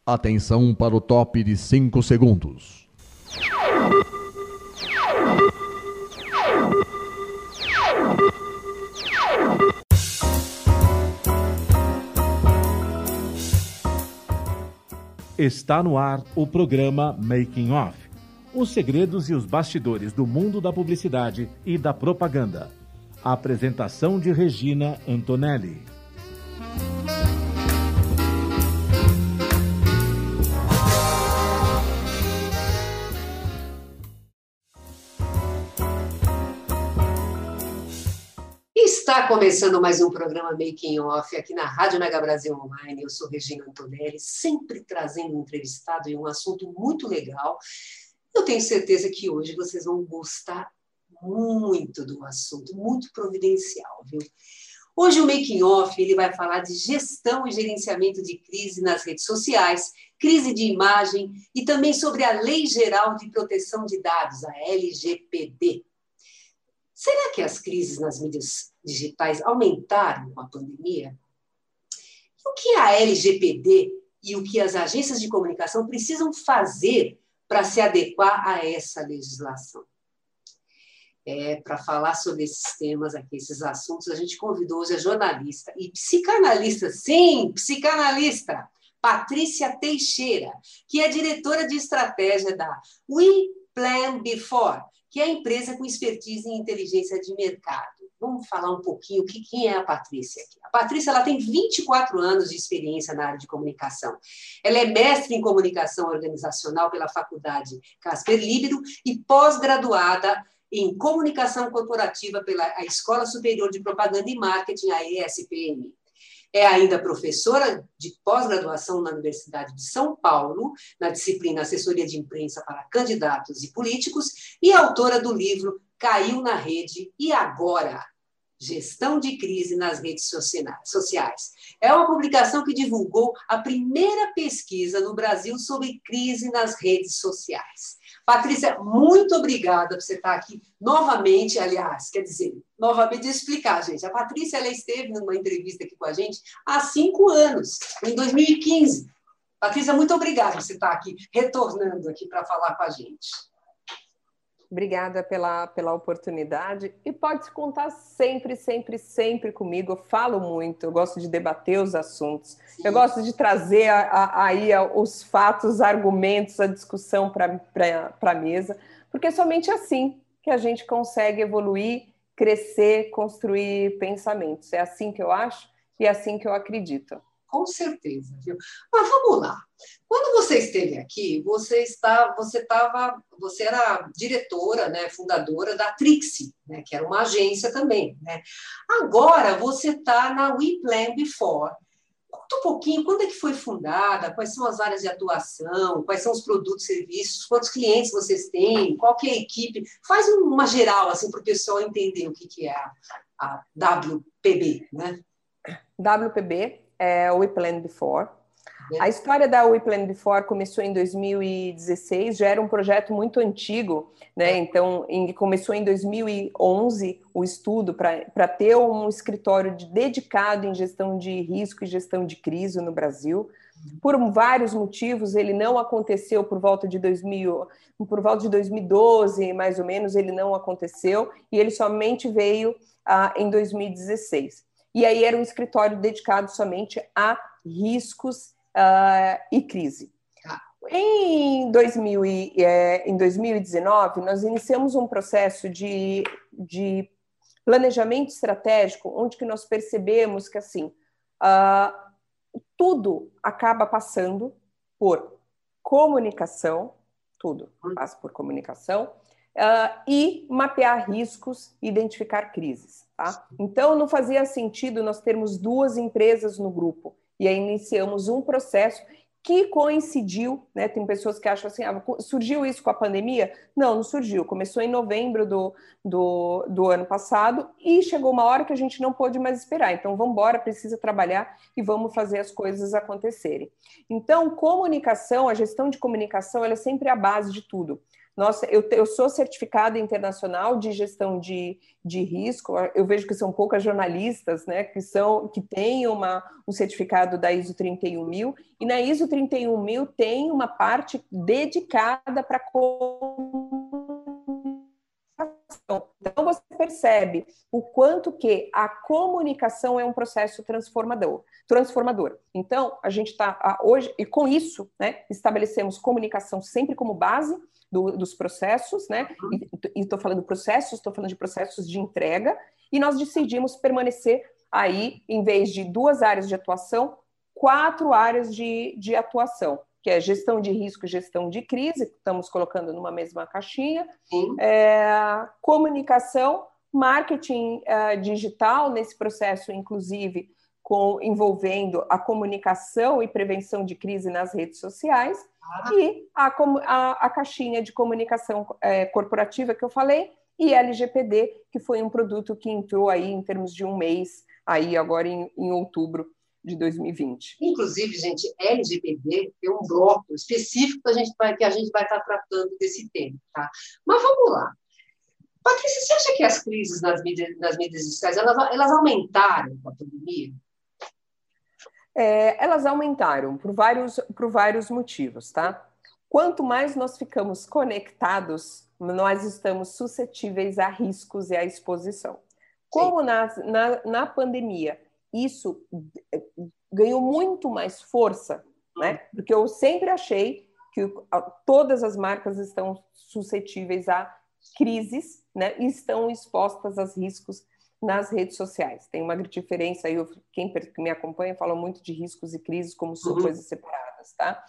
Atenção para o top de 5 segundos. Está no ar o programa Making Off. Os segredos e os bastidores do mundo da publicidade e da propaganda. A apresentação de Regina Antonelli. Está começando mais um programa Making Off aqui na Rádio Mega Brasil Online. Eu sou Regina Antonelli, sempre trazendo um entrevistado e um assunto muito legal. Eu tenho certeza que hoje vocês vão gostar muito do assunto, muito providencial, viu? Hoje o Making Off ele vai falar de gestão e gerenciamento de crise nas redes sociais, crise de imagem e também sobre a Lei Geral de Proteção de Dados, a LGPD. Será que as crises nas mídias digitais aumentaram com a pandemia? O que a LGPD e o que as agências de comunicação precisam fazer para se adequar a essa legislação? Para falar sobre esses temas aqui, esses assuntos, a gente convidou hoje a jornalista e psicanalista, sim, psicanalista, Patrícia Teixeira, que é diretora de estratégia da We Plan Before, que é a empresa com expertise em inteligência de mercado. Vamos falar um pouquinho quem é a Patrícia aqui. A Patrícia ela tem 24 anos de experiência na área de comunicação. Ela é mestre em comunicação organizacional pela Faculdade Casper Libero e pós-graduada em comunicação corporativa pela Escola Superior de Propaganda e Marketing, a ESPM. É ainda professora de pós-graduação na Universidade de São Paulo, na disciplina Assessoria de Imprensa para Candidatos e Políticos, e autora do livro Caiu na Rede e Agora? Gestão de Crise nas Redes Sociais. É uma publicação que divulgou a primeira pesquisa no Brasil sobre crise nas redes sociais. Patrícia, muito obrigada por você estar aqui novamente, aliás, quer dizer, novamente explicar, gente. A Patrícia ela esteve numa entrevista aqui com a gente há 5 anos, em 2015. Patrícia, muito obrigada por você estar aqui, retornando aqui para falar com a gente. Obrigada pela oportunidade e pode contar sempre, sempre, sempre comigo. Eu falo muito, eu gosto de debater os assuntos, sim. Eu gosto de trazer aí os fatos, os argumentos, a discussão para a mesa, porque é somente assim que a gente consegue evoluir, crescer, construir pensamentos. É assim que eu acho e é assim que eu acredito. Com certeza, viu? Mas vamos lá. Quando você esteve aqui, você era diretora, né, fundadora da Trixie, né, que era uma agência também, né? Agora você está na We Plan Before. Conta um pouquinho, quando é que foi fundada, quais são as áreas de atuação, quais são os produtos e serviços, quantos clientes vocês têm, qual que é a equipe. Faz uma geral assim, para o pessoal entender o que é a WPB, né? WPB é We Plan Before. A história da We Plan Before começou em 2016, já era um projeto muito antigo, né? Então, começou em 2011 o estudo para ter um escritório dedicado em gestão de risco e gestão de crise no Brasil. Por vários motivos, ele não aconteceu por volta de 2012, mais ou menos, ele não aconteceu, e ele somente veio em 2016. E aí era um escritório dedicado somente a riscos e crise. Em 2019, nós iniciamos um processo de planejamento estratégico, onde que nós percebemos que assim, tudo acaba passando por comunicação, tudo passa por comunicação, e mapear riscos e identificar crises. Tá? Então, não fazia sentido nós termos 2 empresas no grupo. E aí iniciamos um processo que coincidiu, né? Tem pessoas que acham assim, surgiu isso com a pandemia? Não, não surgiu. Começou em novembro do ano passado e chegou uma hora que a gente não pôde mais esperar. Então, vamos embora, precisa trabalhar e vamos fazer as coisas acontecerem. Então, comunicação, a gestão de comunicação, ela é sempre a base de tudo. Nossa, eu sou certificada internacional de gestão de risco. Eu vejo que são poucas jornalistas, né, que têm um certificado da ISO 31000, e na ISO 31000 tem uma parte dedicada para então, você percebe o quanto que a comunicação é um processo transformador. Então, a gente está hoje, e com isso, né, estabelecemos comunicação sempre como base dos processos, né? E estou falando de processos de entrega, e nós decidimos permanecer aí, em vez de 2 áreas de atuação, 4 áreas de atuação, que é gestão de risco e gestão de crise, que estamos colocando numa mesma caixinha, comunicação, marketing digital, nesse processo, inclusive, envolvendo a comunicação e prevenção de crise nas redes sociais, e a caixinha de comunicação corporativa que eu falei, e LGPD, que foi um produto que entrou aí em termos de um mês, aí agora em outubro de 2020. Inclusive, gente, LGPD tem um bloco específico que a gente vai estar tratando desse tema, tá? Mas vamos lá. Patrícia, você acha que as crises nas mídias sociais, elas aumentaram com a pandemia? Elas aumentaram por vários motivos, tá? Quanto mais nós ficamos conectados, nós estamos suscetíveis a riscos e à exposição. Como na pandemia isso ganhou muito mais força, né? Porque eu sempre achei que todas as marcas estão suscetíveis a crises, né? E estão expostas a riscos nas redes sociais. Tem uma diferença aí, quem me acompanha fala muito de riscos e crises como coisas separadas, tá?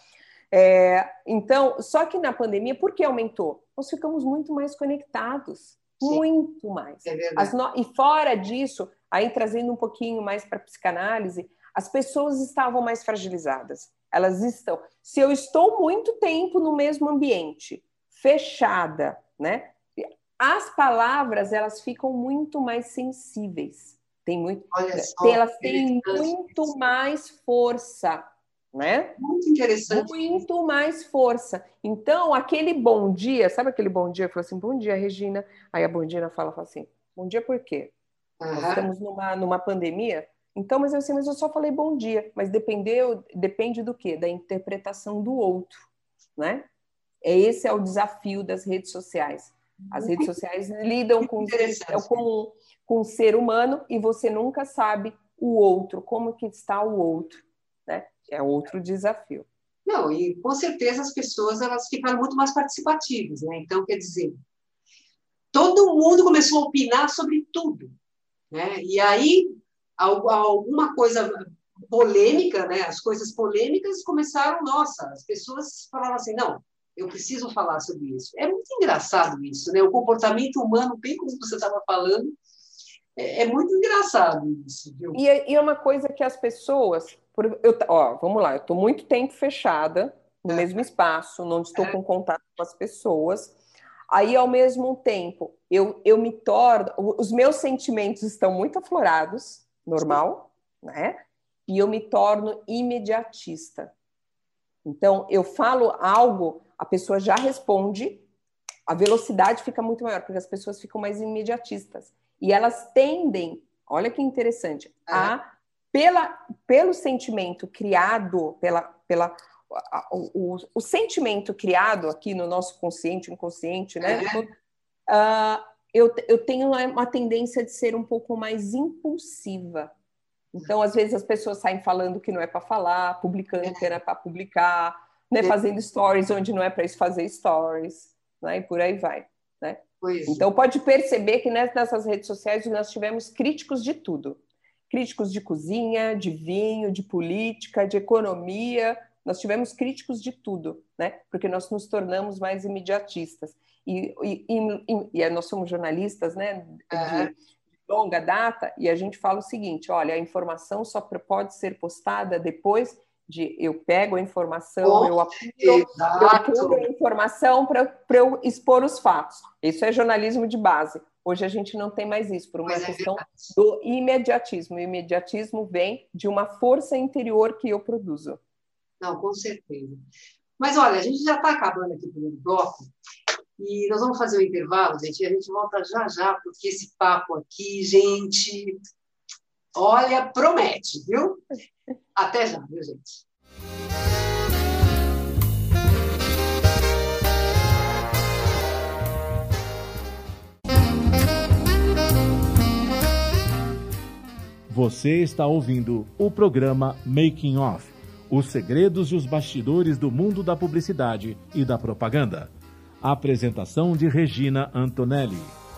Então, só que na pandemia, por que aumentou? Nós ficamos muito mais conectados, muito mais. E fora disso, aí trazendo um pouquinho mais para a psicanálise, as pessoas estavam mais fragilizadas. Elas estão... Se eu estou muito tempo no mesmo ambiente, fechada, né? As palavras, elas ficam muito mais sensíveis. Elas têm muito mais força, né? Muito interessante. Muito mais força. Então, aquele bom dia, sabe aquele bom dia? Eu falo assim, bom dia, Regina. Aí a Bondina fala assim, bom dia por quê? Nós estamos numa pandemia? Então, mas eu só falei bom dia. Mas depende do quê? Da interpretação do outro, né? Esse é o desafio das redes sociais. As redes sociais lidam com o ser humano e você nunca sabe o outro, como que está o outro, né? É outro desafio. Não, e com certeza as pessoas elas ficaram muito mais participativas, né? Então, quer dizer, todo mundo começou a opinar sobre tudo, né? E aí, alguma coisa polêmica, né? As coisas polêmicas começaram, nossa, as pessoas falaram assim, não, eu preciso falar sobre isso. É muito engraçado isso, né? O comportamento humano, bem como você estava falando, é muito engraçado isso, viu? E é uma coisa que as pessoas... vamos lá, eu estou muito tempo fechada no mesmo espaço, não estou com contato com as pessoas. Aí, ao mesmo tempo, eu me torno... Os meus sentimentos estão muito aflorados, normal, né? E eu me torno imediatista. Então, eu falo algo, a pessoa já responde, a velocidade fica muito maior, porque as pessoas ficam mais imediatistas. E elas tendem, olha que interessante, pelo sentimento criado, o sentimento criado aqui no nosso consciente, inconsciente, né? Eu tenho uma tendência de ser um pouco mais impulsiva. Então, às vezes, as pessoas saem falando que não é para falar, publicando que não é para publicar, né? Fazendo stories onde não é para isso fazer stories, né? E por aí vai, né? Então, pode perceber que nessas redes sociais nós tivemos críticos de tudo. Críticos de cozinha, de vinho, de política, de economia. Nós tivemos críticos de tudo, né? Porque nós nos tornamos mais imediatistas. E nós somos jornalistas, né? De longa data, e a gente fala o seguinte, olha, a informação só pode ser postada depois de eu pego a informação, eu apuro a informação para eu expor os fatos. Isso é jornalismo de base. Hoje a gente não tem mais isso, por uma questão do imediatismo. O imediatismo vem de uma força interior que eu produzo. Não, com certeza. Mas olha, a gente já está acabando aqui o primeiro bloco, E nós vamos fazer um intervalo, gente, e a gente volta já já, porque esse papo aqui, gente, olha, promete, viu? Até já, viu, gente? Você está ouvindo o programa Making Off, os segredos e os bastidores do mundo da publicidade e da propaganda. A apresentação de Regina Antonelli.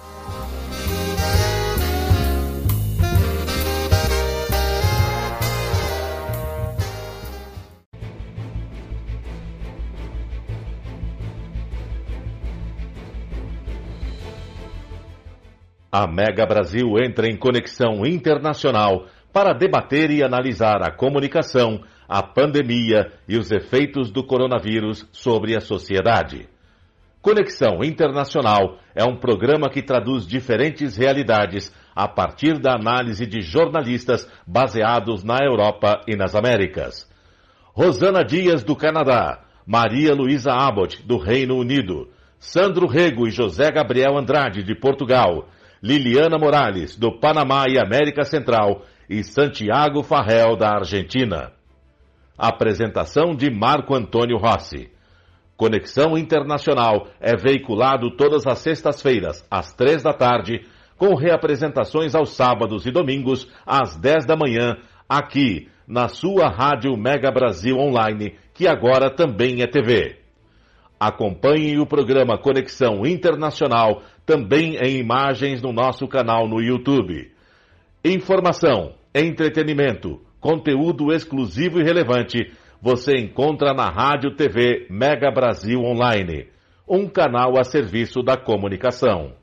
A Mega Brasil entra em conexão internacional para debater e analisar a comunicação, a pandemia e os efeitos do coronavírus sobre a sociedade. Conexão Internacional é um programa que traduz diferentes realidades a partir da análise de jornalistas baseados na Europa e nas Américas. Rosana Dias, do Canadá, Maria Luísa Abbott, do Reino Unido, Sandro Rego e José Gabriel Andrade, de Portugal, Liliana Morales, do Panamá e América Central, e Santiago Farrell, da Argentina. Apresentação de Marco Antônio Rossi. Conexão Internacional é veiculado todas as sextas-feiras, às 3 da tarde, com reapresentações aos sábados e domingos, às 10 da manhã, aqui, na sua Rádio Mega Brasil Online, que agora também é TV. Acompanhe o programa Conexão Internacional também em imagens no nosso canal no YouTube. Informação, entretenimento, conteúdo exclusivo e relevante você encontra na Rádio TV Mega Brasil Online, um canal a serviço da comunicação.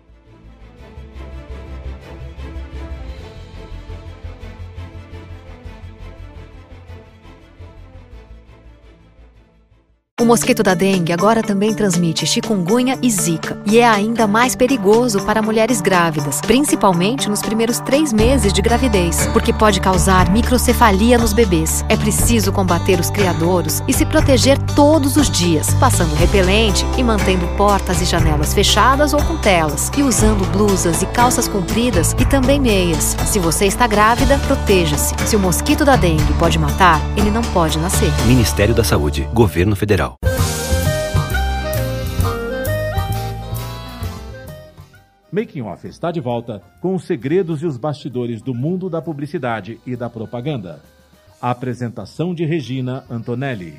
O mosquito da dengue agora também transmite chikungunya e zika e é ainda mais perigoso para mulheres grávidas, principalmente nos primeiros 3 meses de gravidez, porque pode causar microcefalia nos bebês. É preciso combater os criadouros e se proteger todos os dias, passando repelente e mantendo portas e janelas fechadas ou com telas, e usando blusas e calças compridas e também meias. Se você está grávida, proteja-se. Se o mosquito da dengue pode matar, ele não pode nascer. Ministério da Saúde, Governo Federal. Making Off está de volta com os segredos e os bastidores do mundo da publicidade e da propaganda. A apresentação de Regina Antonelli.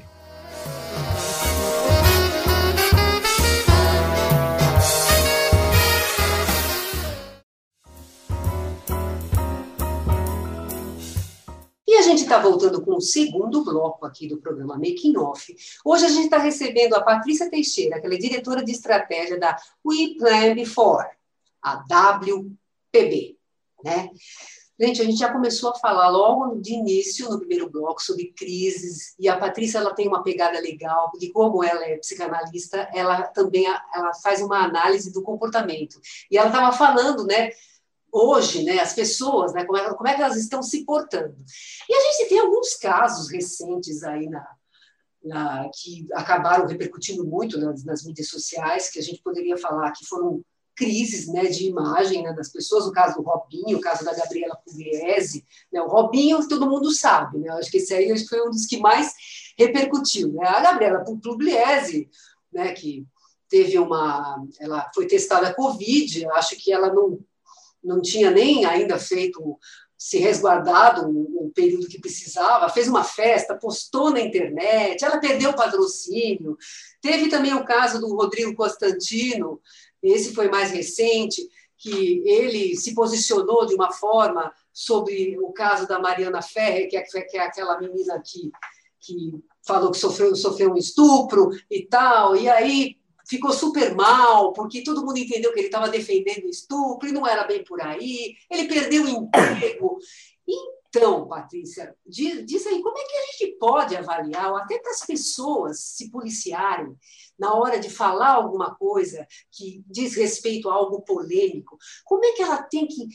E a gente está voltando com o segundo bloco aqui do programa Making Off. Hoje a gente está recebendo a Patrícia Teixeira, que ela é diretora de estratégia da We Plan Before, a WPB, né? Gente, a gente já começou a falar logo de início, no primeiro bloco, sobre crises, e a Patrícia ela tem uma pegada legal, porque como ela é psicanalista, ela também ela faz uma análise do comportamento. E ela estava falando, né, hoje, né, as pessoas, né, como é que elas estão se portando. E a gente tem alguns casos recentes aí que acabaram repercutindo muito nas mídias sociais, que a gente poderia falar que foram crises, né, de imagem, né, das pessoas, o caso do Robinho, o caso da Gabriela Pugliese, né, o Robinho todo mundo sabe, né, acho que esse aí foi um dos que mais repercutiu, né, a Gabriela Pugliese, né, que teve ela foi testada Covid, acho que ela não tinha nem ainda se resguardado o período que precisava, fez uma festa, postou na internet, ela perdeu o patrocínio. Teve também o caso do Rodrigo Constantino, esse foi mais recente, que ele se posicionou de uma forma sobre o caso da Mariana Ferrer, que é aquela menina que falou que sofreu um estupro e tal, e aí ficou super mal, porque todo mundo entendeu que ele estava defendendo o estupro, e não era bem por aí, ele perdeu o emprego. Então, Patrícia, diz aí, como é que a gente pode avaliar, ou até para as pessoas se policiarem, na hora de falar alguma coisa que diz respeito a algo polêmico, como é que ela tem que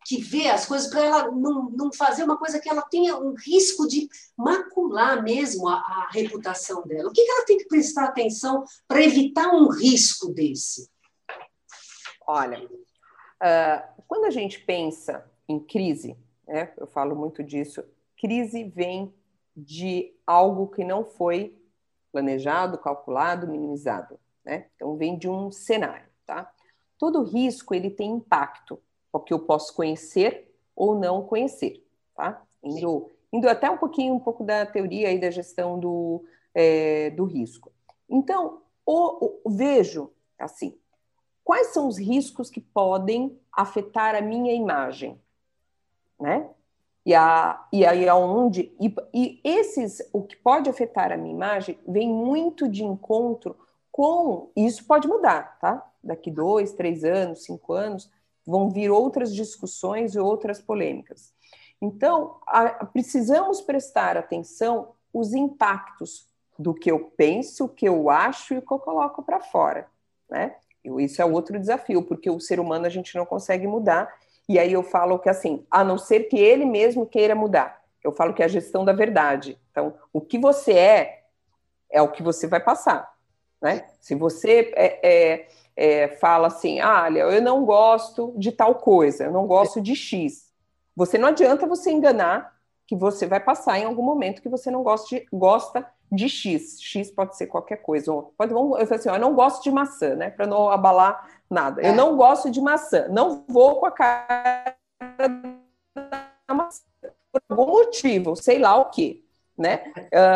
que vê as coisas para ela não fazer uma coisa que ela tenha um risco de macular mesmo a reputação dela? O que ela tem que prestar atenção para evitar um risco desse? Olha, quando a gente pensa em crise, né, eu falo muito disso, crise vem de algo que não foi planejado, calculado, minimizado, né? Então vem de um cenário, tá? Todo risco ele tem impacto, porque eu posso conhecer ou não conhecer, tá? Indo até um pouco da teoria aí da gestão do risco. Então, vejo assim, quais são os riscos que podem afetar a minha imagem, né? E o que pode afetar a minha imagem vem muito de encontro com, e isso pode mudar, tá? Daqui 2, 3 anos, 5 anos, vão vir outras discussões e outras polêmicas. Então, precisamos prestar atenção os impactos do que eu penso, o que eu acho e o que eu coloco para fora, né? Isso é outro desafio, porque o ser humano a gente não consegue mudar. E aí eu falo que assim, a não ser que ele mesmo queira mudar. Eu falo que é a gestão da verdade. Então, o que você é o que você vai passar, né? Se você fala assim, olha, eu não gosto de tal coisa, eu não gosto de X. Não adianta você enganar que você vai passar em algum momento que você não gosta de X. X pode ser qualquer coisa. Eu falo assim, eu não gosto de maçã, né? Para não abalar nada. Eu não gosto de maçã. Não vou com a cara da maçã. Por algum motivo, sei lá o quê, né?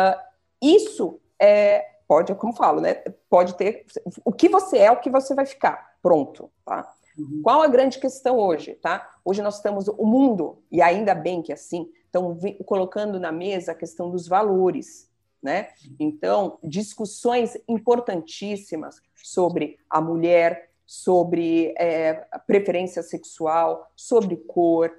Isso pode, como falo, né? Pode ter o que você é, o que você vai ficar. Pronto, tá? Uhum. Qual a grande questão hoje, tá? Hoje nós estamos, o mundo, e ainda bem que assim, estão colocando na mesa a questão dos valores, né? Então, discussões importantíssimas sobre a mulher, sobre preferência sexual, sobre cor,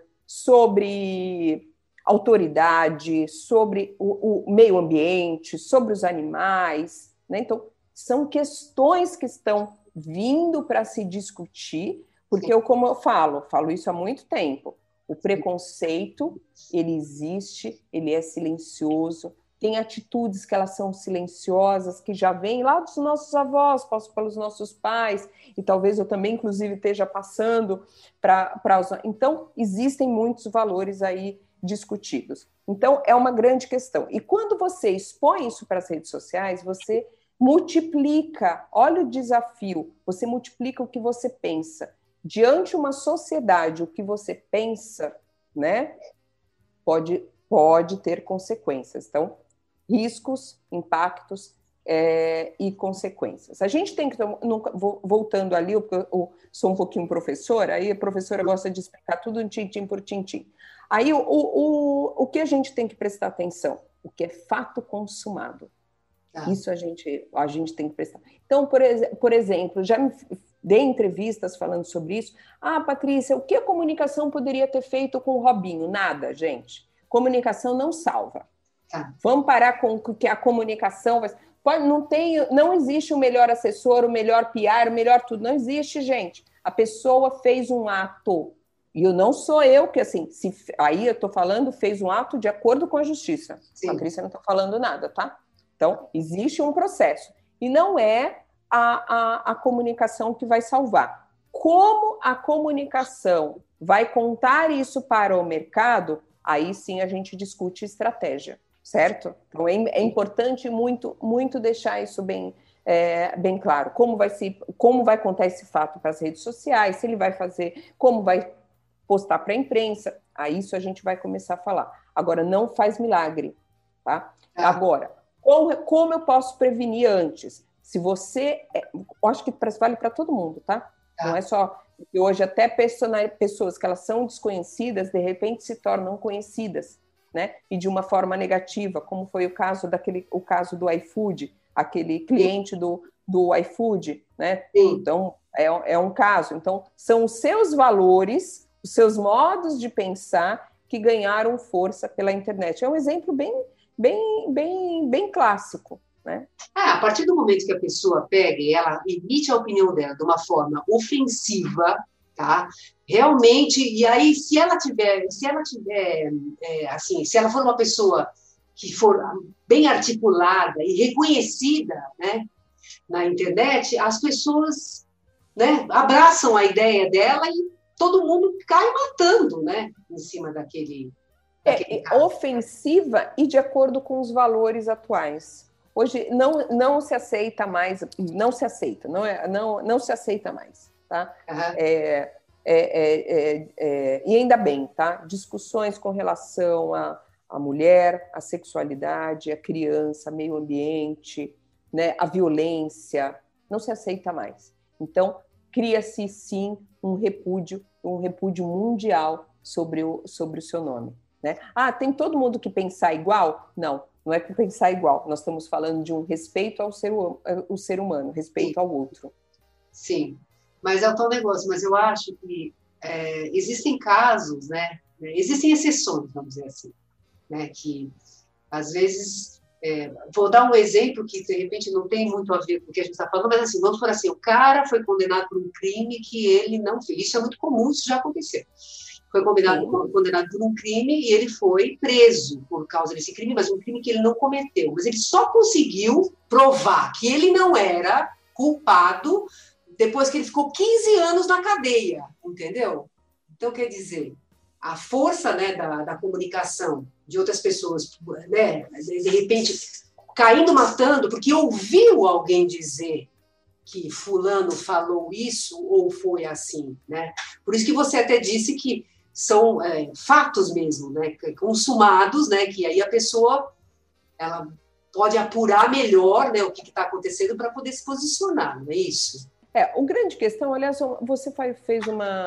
sobre autoridade, sobre o meio ambiente, sobre os animais, né? Então, são questões que estão vindo para se discutir, porque como eu falo isso há muito tempo, o preconceito, ele existe, ele é silencioso, tem atitudes que elas são silenciosas, que já vêm lá dos nossos avós, passam pelos nossos pais, e talvez eu também, inclusive, esteja passando para os... Então, existem muitos valores aí discutidos. Então, é uma grande questão. E quando você expõe isso para as redes sociais, você multiplica, olha o desafio, você multiplica o que você pensa. Diante de uma sociedade, o que você pensa, né, pode ter consequências. Então, riscos, impactos e consequências. A gente tem que, voltando ali, eu sou um pouquinho professora, aí a professora gosta de explicar tudo tintim por tintim. Aí o que a gente tem que prestar atenção? O que é fato consumado. Isso a gente tem que prestar. Então, por exemplo, já me dei entrevistas falando sobre isso. Patrícia, o que a comunicação poderia ter feito com o Robinho? Nada, gente. Comunicação não salva. Vamos parar com o que a comunicação vai... Não existe o melhor assessor, o melhor PR, o melhor tudo. Não existe, gente. A pessoa fez um ato. E não sou eu que, assim, aí eu estou falando, fez um ato de acordo com a justiça. Sim. Patrícia, não estou falando nada, tá? Então, existe um processo. E não é a comunicação que vai salvar. Como a comunicação vai contar isso para o mercado, aí sim a gente discute estratégia, certo? Então, é importante muito, muito deixar isso bem claro. Como vai contar esse fato para as redes sociais, se ele vai fazer, como vai postar para a imprensa, aí isso a gente vai começar a falar. Agora, não faz milagre, tá? Agora, como eu posso prevenir antes? Se você... eu acho que vale para todo mundo, tá? Não é só... Porque hoje até pessoas que elas são desconhecidas, de repente se tornam conhecidas, né? E de uma forma negativa, como foi o caso do iFood, aquele cliente do iFood, né? Então, é um caso. Então, são os seus valores, os seus modos de pensar que ganharam força pela internet. É um exemplo bem clássico, né? A partir do momento que a pessoa pega e ela emite a opinião dela de uma forma ofensiva, tá? Realmente, e aí, se ela for uma pessoa que for bem articulada e reconhecida, né, na internet, as pessoas, né, abraçam a ideia dela e todo mundo cai matando, né, em cima daquele caso. Ofensiva e de acordo com os valores atuais. Hoje não se aceita mais, não se aceita mais, tá? Uhum. E ainda bem, tá? Discussões com relação à mulher, à sexualidade, à criança, meio ambiente, né? A violência, não se aceita mais. Então, cria-se sim um repúdio mundial sobre o seu nome, né? Tem todo mundo que pensar igual? Não é que pensar igual. Nós estamos falando de um respeito ao ser humano, respeito Sim. ao outro. Sim. Mas é o tal negócio, mas eu acho que existem casos, né? Existem exceções, vamos dizer assim, né? Que, às vezes, vou dar um exemplo que, de repente, não tem muito a ver com o que a gente está falando, mas, assim, vamos falar assim, o cara foi condenado por um crime que ele não fez. Isso é muito comum, isso já aconteceu. Foi condenado por um crime e ele foi preso por causa desse crime, mas um crime que ele não cometeu. Mas ele só conseguiu provar que ele não era culpado depois que ele ficou 15 anos na cadeia, entendeu? Então, quer dizer, a força, né, da comunicação de outras pessoas, né, de repente, caindo matando, porque ouviu alguém dizer que fulano falou isso ou foi assim, né? Por isso que você até disse que são fatos mesmo, né, consumados, né, que aí a pessoa ela pode apurar melhor, né, o que está acontecendo para poder se posicionar, não é isso? O grande questão, aliás, você fez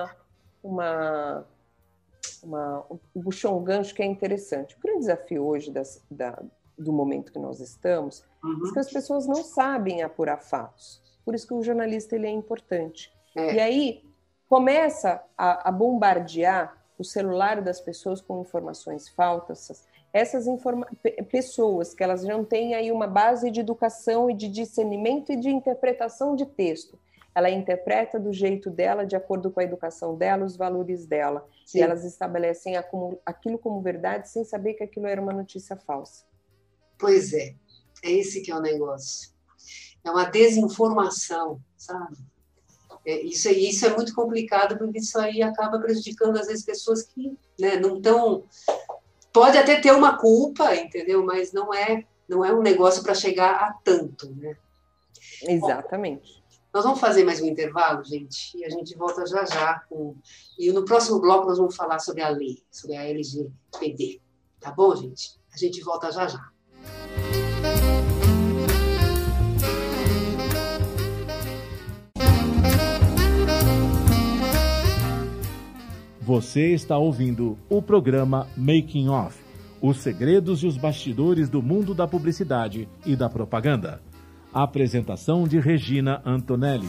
puxou um gancho que é interessante. O grande desafio hoje do momento que nós estamos é que as pessoas não sabem apurar fatos. Por isso que o jornalista ele é importante. E aí começa a bombardear o celular das pessoas com informações falsas. Essas pessoas que elas não têm aí uma base de educação e de discernimento e de interpretação de texto. Ela interpreta do jeito dela, de acordo com a educação dela, os valores dela. Sim. E elas estabelecem aquilo como verdade sem saber que aquilo era uma notícia falsa. Pois é esse que é o negócio. É uma desinformação, sabe? Isso é muito complicado, porque isso aí acaba prejudicando, às vezes, pessoas que, né, não estão... Pode até ter uma culpa, entendeu? Mas não é um negócio para chegar a tanto, né? Exatamente. Bom, nós vamos fazer mais um intervalo, gente, e a gente volta já. E no próximo bloco nós vamos falar sobre a lei, sobre a LGPD. Tá bom, gente? A gente volta já. Você está ouvindo o programa Making Off, os segredos e os bastidores do mundo da publicidade e da propaganda. A apresentação de Regina Antonelli.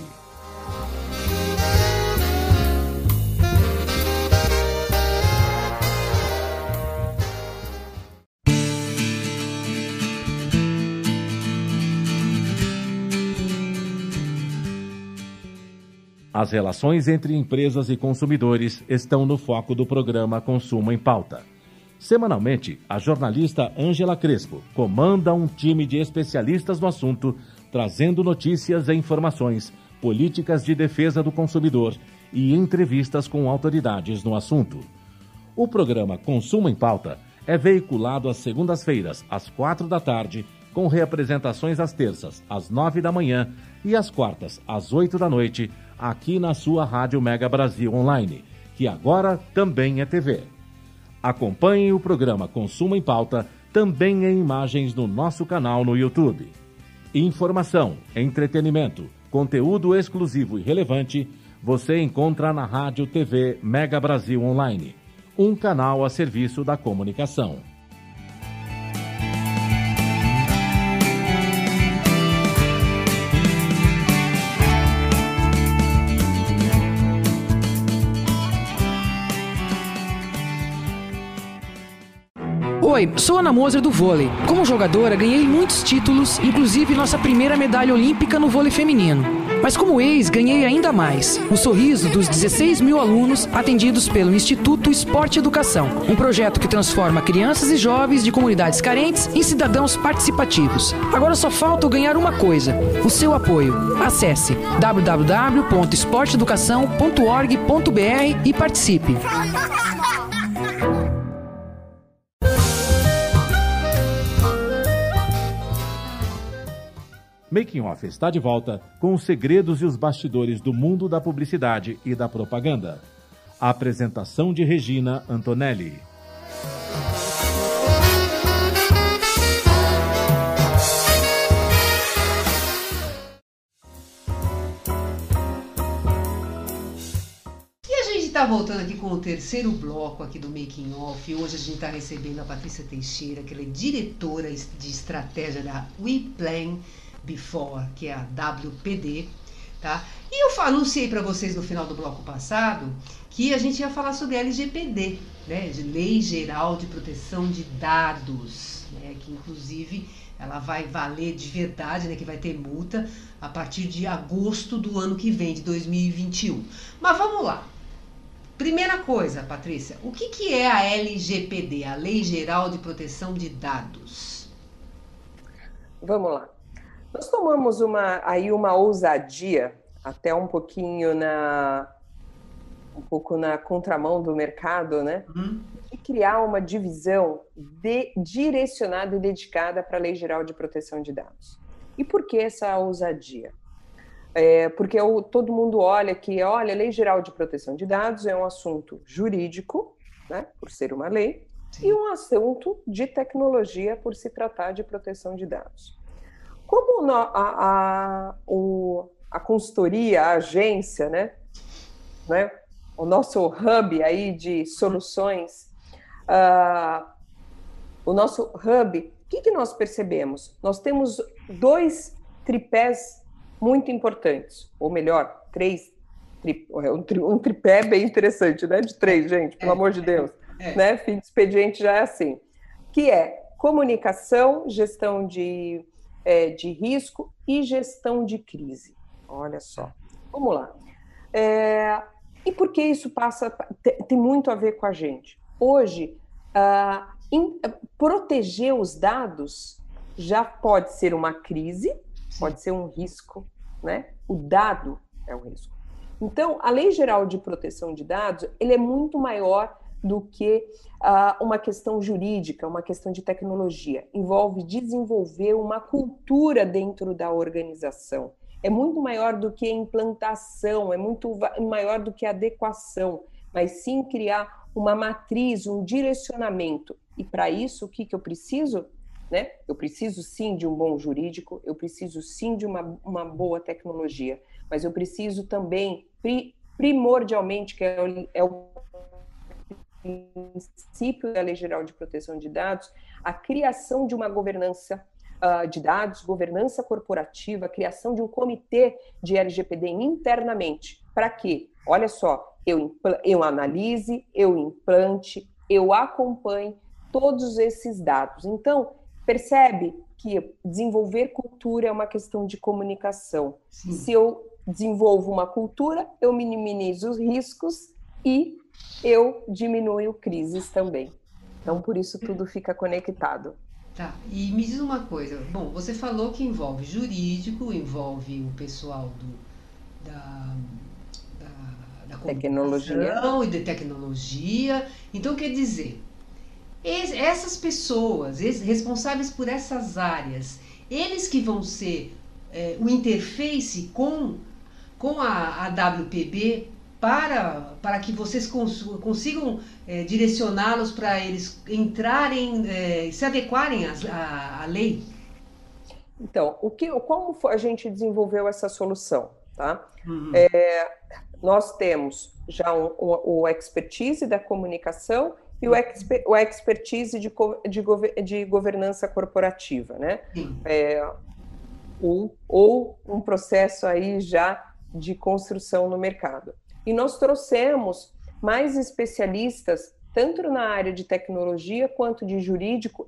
As relações entre empresas e consumidores estão no foco do programa Consumo em Pauta. Semanalmente, a jornalista Ângela Crespo comanda um time de especialistas no assunto, trazendo notícias e informações, políticas de defesa do consumidor e entrevistas com autoridades no assunto. O programa Consumo em Pauta é veiculado às segundas-feiras, às 16h, com reapresentações às terças, às 9h, e às quartas, às 20h, aqui na sua Rádio Mega Brasil Online, que agora também é TV. Acompanhe o programa Consumo em Pauta também em imagens no nosso canal no YouTube. Informação, entretenimento, conteúdo exclusivo e relevante, você encontra na Rádio TV Mega Brasil Online, um canal a serviço da comunicação. Oi, sou Ana Moser do vôlei. Como jogadora, ganhei muitos títulos, inclusive nossa primeira medalha olímpica no vôlei feminino. Mas como ex, ganhei ainda mais. O sorriso dos 16 mil alunos atendidos pelo Instituto Esporte Educação. Um projeto que transforma crianças e jovens de comunidades carentes em cidadãos participativos. Agora só falta eu ganhar uma coisa: o seu apoio. Acesse www.esporteeducação.org.br e participe. Making Off está de volta com os segredos e os bastidores do mundo da publicidade e da propaganda. A apresentação de Regina Antonelli. E a gente está voltando aqui com o terceiro bloco aqui do Making Off. Hoje a gente está recebendo a Patrícia Teixeira, que ela é diretora de estratégia da We Plan Before, que é a WPD, tá? E eu anunciei para vocês no final do bloco passado que a gente ia falar sobre a LGPD, né? De Lei Geral de Proteção de Dados, né? Que inclusive ela vai valer de verdade, né? Que vai ter multa a partir de agosto do ano que vem, de 2021. Mas vamos lá. Primeira coisa, Patrícia, o que é a LGPD, a Lei Geral de Proteção de Dados? Vamos lá. Nós tomamos uma ousadia, até um pouquinho na contramão do mercado, né? De criar uma divisão direcionada e dedicada para a Lei Geral de Proteção de Dados. E por que essa ousadia? Porque todo mundo olha que, a Lei Geral de Proteção de Dados é um assunto jurídico, né? Por ser uma lei, sim, e um assunto de tecnologia, por se tratar de proteção de dados. Como a consultoria, a agência, né, o nosso hub aí de soluções, o nosso hub, o que nós percebemos? Nós temos dois tripés muito importantes, ou melhor, um tripé bem interessante, né, de 3, gente, pelo amor de Deus, né, fim de expediente já é assim, que é comunicação, gestão de risco e gestão de crise. Olha só. Vamos lá. E por que isso tem muito a ver com a gente? Hoje, proteger os dados já pode ser uma crise, pode ser um risco, né? O dado é um risco. Então, a Lei Geral de Proteção de Dados, ele é muito maior do que uma questão jurídica, uma questão de tecnologia. Envolve desenvolver uma cultura dentro da organização. É muito maior do que implantação, é muito maior do que adequação, mas sim criar uma matriz, um direcionamento. E para isso, o que eu preciso? Né? Eu preciso sim de um bom jurídico, eu preciso sim de uma boa tecnologia, mas eu preciso também, primordialmente, que é o princípio da Lei Geral de Proteção de Dados, a criação de uma governança de dados, governança corporativa, a criação de um comitê de LGPD internamente. Para quê? Olha só, eu analise, eu implante, eu acompanhe todos esses dados. Então, percebe que desenvolver cultura é uma questão de comunicação. Sim. Se eu desenvolvo uma cultura, eu minimizo os riscos e eu diminuo crises também. Então, por isso, tudo fica conectado. Tá, e me diz uma coisa. Bom, você falou que envolve jurídico, envolve o pessoal da tecnologia e de tecnologia. Então, quer dizer, essas pessoas, responsáveis por essas áreas, eles que vão ser o interface com a WPB para que vocês consigam direcioná-los para eles entrarem, se adequarem à lei? Então, como a gente desenvolveu essa solução? Tá? Nós temos já o expertise da comunicação e o expertise de governança corporativa, né? Ou um processo aí já de construção no mercado. E nós trouxemos mais especialistas, tanto na área de tecnologia quanto de jurídico,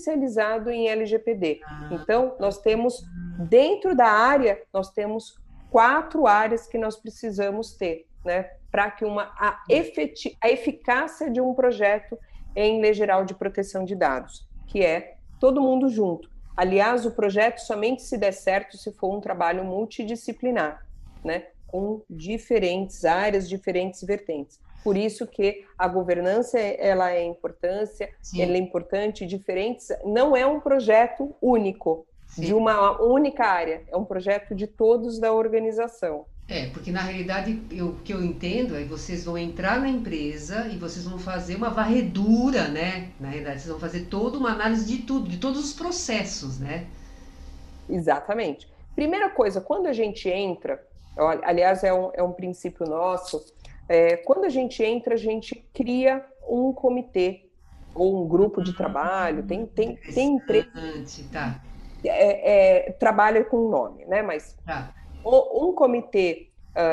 especializado em LGPD. Então, nós temos, dentro da área, nós temos 4 áreas que nós precisamos ter, né, para que a eficácia de um projeto em Lei Geral de Proteção de Dados, que é todo mundo junto. Aliás, o projeto somente se der certo se for um trabalho multidisciplinar, né, com diferentes áreas, diferentes vertentes. Por isso que a governança ela é importante, diferentes. Não é um projeto único, sim, de uma única área, é um projeto de todos da organização. Porque na realidade, o que eu entendo é que vocês vão entrar na empresa e vocês vão fazer uma varredura, né? Na realidade, vocês vão fazer toda uma análise de tudo, de todos os processos, né? Exatamente. Primeira coisa, quando a gente entra, aliás, é um princípio nosso, quando a gente entra, a gente cria um comitê ou um grupo de trabalho, tem empresa tá. Trabalha com nome, né? Mas um comitê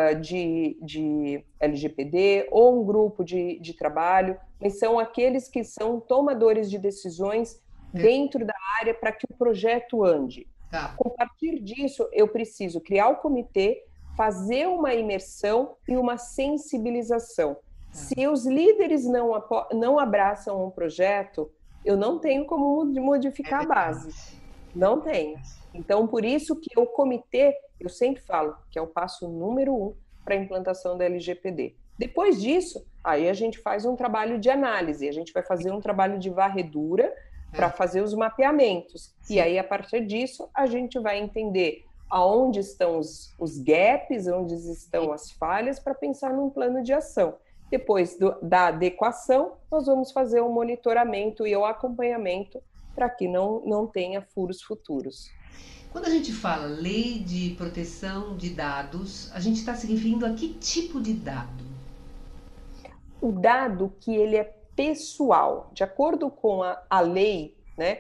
de LGPD ou um grupo de trabalho, mas são aqueles que são tomadores de decisões dentro da área para que o projeto ande. Tá. A partir disso, eu preciso criar o comitê, fazer uma imersão e uma sensibilização. Se os líderes não abraçam um projeto, eu não tenho como modificar a base. Não tenho. Então, por isso que o comitê, eu sempre falo, que é o passo número 1 para a implantação da LGPD. Depois disso, aí a gente faz um trabalho de análise, a gente vai fazer um trabalho de varredura para fazer os mapeamentos. Sim. E aí, a partir disso, a gente vai entender aonde estão os gaps, onde estão as falhas, para pensar num plano de ação. Depois da adequação, nós vamos fazer o monitoramento e o acompanhamento para que não tenha furos futuros. Quando a gente fala lei de proteção de dados, a gente está se referindo a que tipo de dado? O dado que ele é pessoal. De acordo com a lei, né,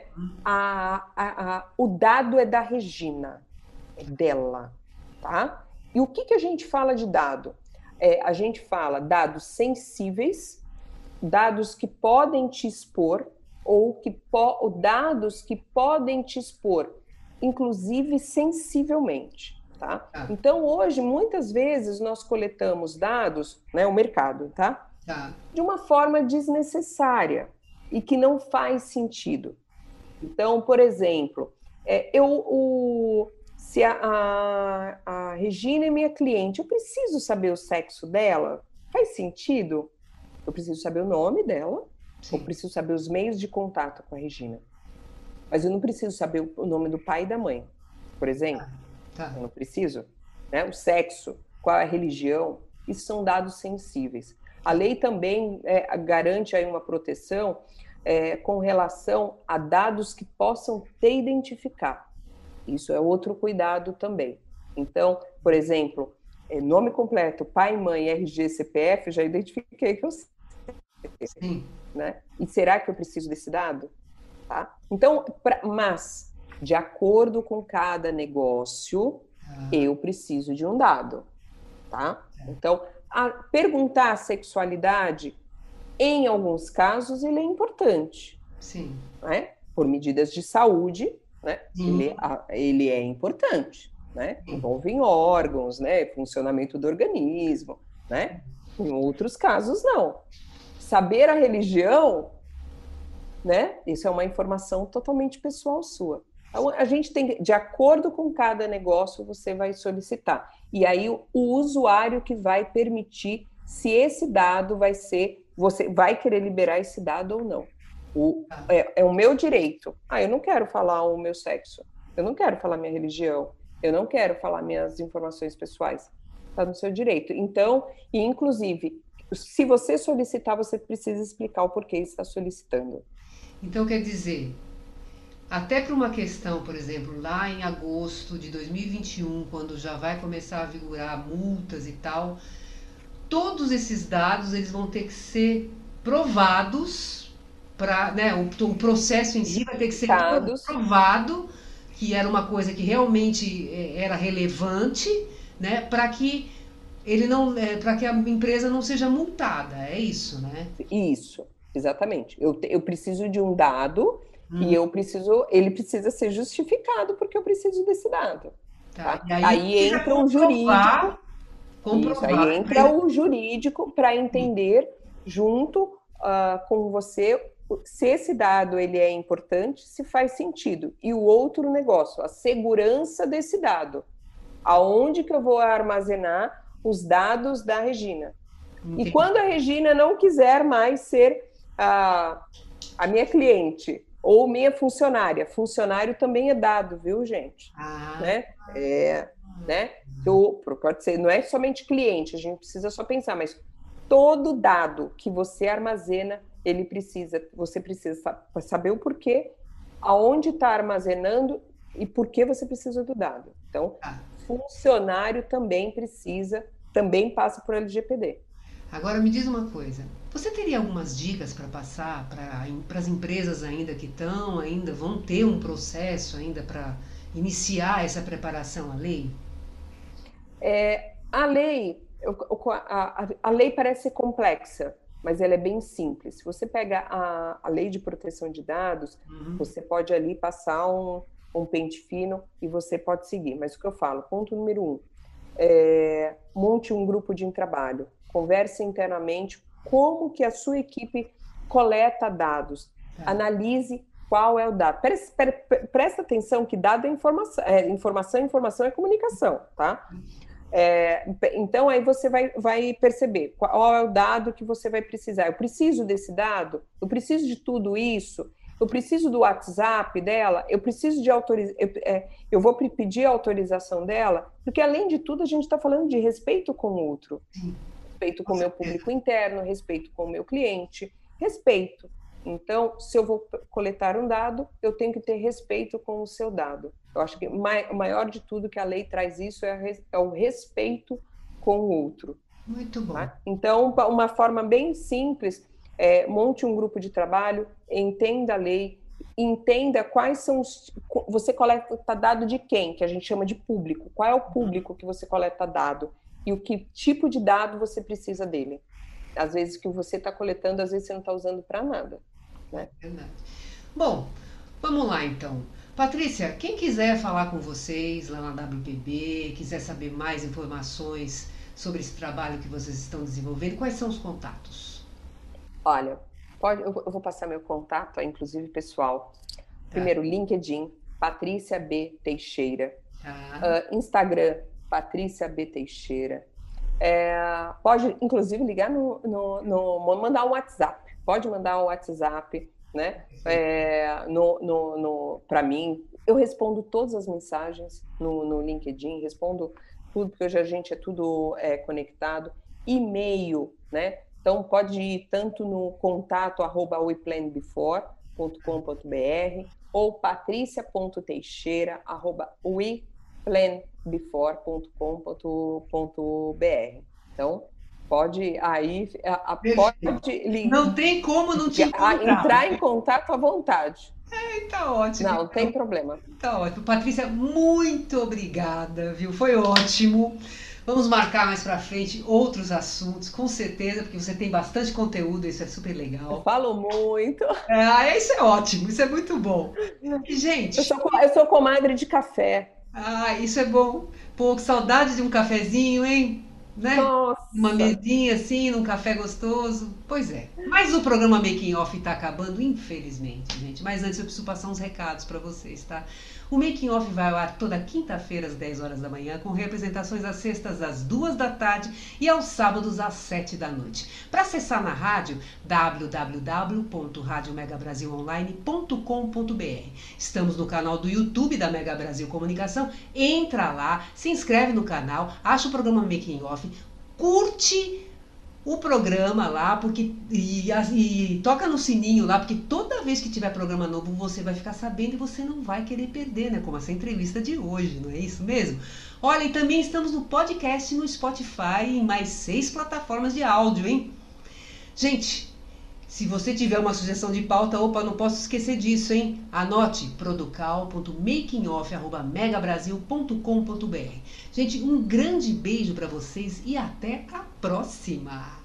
o dado é da Regina, é dela, tá? E o que a gente fala de dado? A gente fala dados sensíveis, dados que podem te expor, ou dados que podem te expor, inclusive sensivelmente, tá? Então, hoje, muitas vezes, nós coletamos dados, né, o mercado, tá? De uma forma desnecessária e que não faz sentido. Então, por exemplo, se a Regina é minha cliente, eu preciso saber o sexo dela? Faz sentido? Eu preciso saber o nome dela, sim, eu preciso saber os meios de contato com a Regina. Mas eu não preciso saber o nome do pai e da mãe, por exemplo. Eu não preciso. Né? O sexo, qual é a religião, isso são dados sensíveis. A lei também garante aí uma proteção com relação a dados que possam te identificar. Isso é outro cuidado também. Então, por exemplo, nome completo, pai, mãe, RG, CPF, já identifiquei que eu sei. Sim. Né? E será que eu preciso desse dado? Tá? Então, mas, de acordo com cada negócio, eu preciso de um dado. Tá? Então, perguntar a sexualidade, em alguns casos, ele é importante. Sim. Né? Por medidas de saúde, né? Ele é importante. Né? Envolve em órgãos, né? Funcionamento do organismo. Né? Em outros casos, não. Saber a religião, né? Isso é uma informação totalmente pessoal sua. Então, a gente tem, de acordo com cada negócio, você vai solicitar. E aí, o usuário que vai permitir se esse dado vai ser, você vai querer liberar esse dado ou não. É o meu direito. Eu não quero falar o meu sexo, eu não quero falar minha religião, eu não quero falar minhas informações pessoais. Está no seu direito. Então, e inclusive, se você solicitar, você precisa explicar o porquê está solicitando. Então, quer dizer, até para uma questão, por exemplo, lá em agosto de 2021, quando já vai começar a vigorar multas e tal, todos esses dados eles vão ter que ser provados, né, o processo em si vai ter que ser provado que era uma coisa que realmente era relevante, né, para que para que a empresa não seja multada, é isso, né? Isso, exatamente. Eu preciso de um dado e ele precisa ser justificado porque eu preciso desse dado. Tá? E aí entra o jurídico. Isso, aí entra o jurídico para entender junto com você se esse dado ele é importante, se faz sentido. E o outro negócio, a segurança desse dado. Aonde que eu vou armazenar os dados da Regina? Entendi. E quando a Regina não quiser mais ser a minha cliente ou minha funcionária, funcionário também é dado, viu, gente? Né? Pode ser, não é somente cliente, a gente precisa só pensar, mas todo dado que você armazena, você precisa saber o porquê, aonde está armazenando e por que você precisa do dado. Então, funcionário também passa por LGPD. Agora, me diz uma coisa, você teria algumas dicas para passar para as empresas ainda que vão ter um processo ainda para iniciar essa preparação à lei? A lei parece complexa, mas ela é bem simples. Se você pega a lei de proteção de dados, você pode ali passar um pente fino e você pode seguir. Mas o que eu falo, ponto número 1, monte um grupo de trabalho, converse internamente como que a sua equipe coleta dados, analise qual é o dado. Presta atenção que dado é informação, informação é comunicação, tá? Então, aí você vai perceber qual é o dado que você vai precisar. Eu preciso desse dado? Eu preciso de tudo isso? Eu preciso do WhatsApp dela? Eu preciso de eu vou pedir a autorização dela? Porque, além de tudo, a gente está falando de respeito com o outro. Respeito com o meu público interno, respeito com o meu cliente, respeito. Então, se eu vou coletar um dado, eu tenho que ter respeito com o seu dado. Eu acho que o maior de tudo que a lei traz isso é o respeito com o outro. Muito bom. Tá? Então, uma forma bem simples, monte um grupo de trabalho, entenda a lei, entenda quais são você coleta dado de quem, que a gente chama de público. Qual é o público que você coleta dado? E o que tipo de dado você precisa dele? Às vezes que você está coletando, às vezes você não está usando para nada. Né? Verdade. Bom, vamos lá então. Patrícia, quem quiser falar com vocês lá na WPB, quiser saber mais informações sobre esse trabalho que vocês estão desenvolvendo, quais são os contatos? Olha, eu vou passar meu contato, inclusive pessoal. Primeiro, LinkedIn, Patrícia B. Teixeira. Instagram, Patrícia B. Teixeira. Pode, inclusive, ligar mandar um WhatsApp. Pode mandar um WhatsApp, né? Para mim. Eu respondo todas as mensagens no LinkedIn, respondo tudo, porque hoje a gente é tudo conectado. E-mail, né? Então, pode ir tanto no contato@weplanbefore.com.br ou patricia.teixeira@weplanbefore.com.br. Então, pode aí não tem como não te entrar em contato à vontade. Tá ótimo. Não tem problema. Tá ótimo. Patrícia, muito obrigada, viu? Foi ótimo. Vamos marcar mais pra frente outros assuntos, com certeza, porque você tem bastante conteúdo, isso é super legal. Eu falo muito. Isso é ótimo, isso é muito bom. E, gente... Eu sou comadre de café. Isso é bom. Pô, que saudade de um cafezinho, hein? Né? Nossa. Uma mesinha assim, num café gostoso. Pois é. Mas o programa Making Off tá acabando, infelizmente, gente. Mas antes eu preciso passar uns recados para vocês, tá? O Making Off vai ao ar toda quinta-feira às 10 horas da manhã, com representações às sextas às 2 da tarde e aos sábados às 7 da noite. Para acessar na rádio, www.radiomegabrasilonline.com.br. Estamos no canal do YouTube da Mega Brasil Comunicação. Entra lá, se inscreve no canal, acha o programa Making Off, curte o programa lá, e toca no sininho lá, porque toda vez que tiver programa novo você vai ficar sabendo e você não vai querer perder, né? Como essa entrevista de hoje, não é isso mesmo? Olha, e também estamos no podcast no Spotify e em mais 6 plataformas de áudio, hein? Gente, se você tiver uma sugestão de pauta, não posso esquecer disso, hein? Anote producal.makingoff@megabrasil.com.br. Gente, um grande beijo para vocês e até a próxima!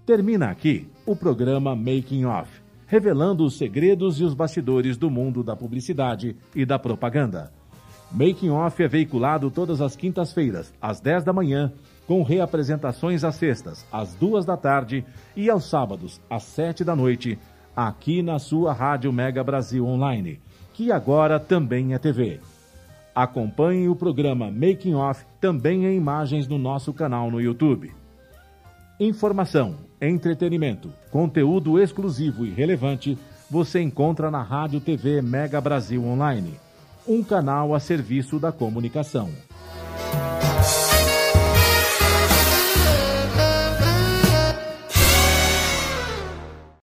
Termina aqui o programa Making Off, revelando os segredos e os bastidores do mundo da publicidade e da propaganda. Making Off é veiculado todas as quintas-feiras, às 10 da manhã, com reapresentações às sextas, às 2 da tarde e aos sábados, às 7 da noite, aqui na sua Rádio Mega Brasil Online, que agora também é TV. Acompanhe o programa Making Off também em imagens no nosso canal no YouTube. Informação, entretenimento, conteúdo exclusivo e relevante você encontra na Rádio TV Mega Brasil Online, um canal a serviço da comunicação.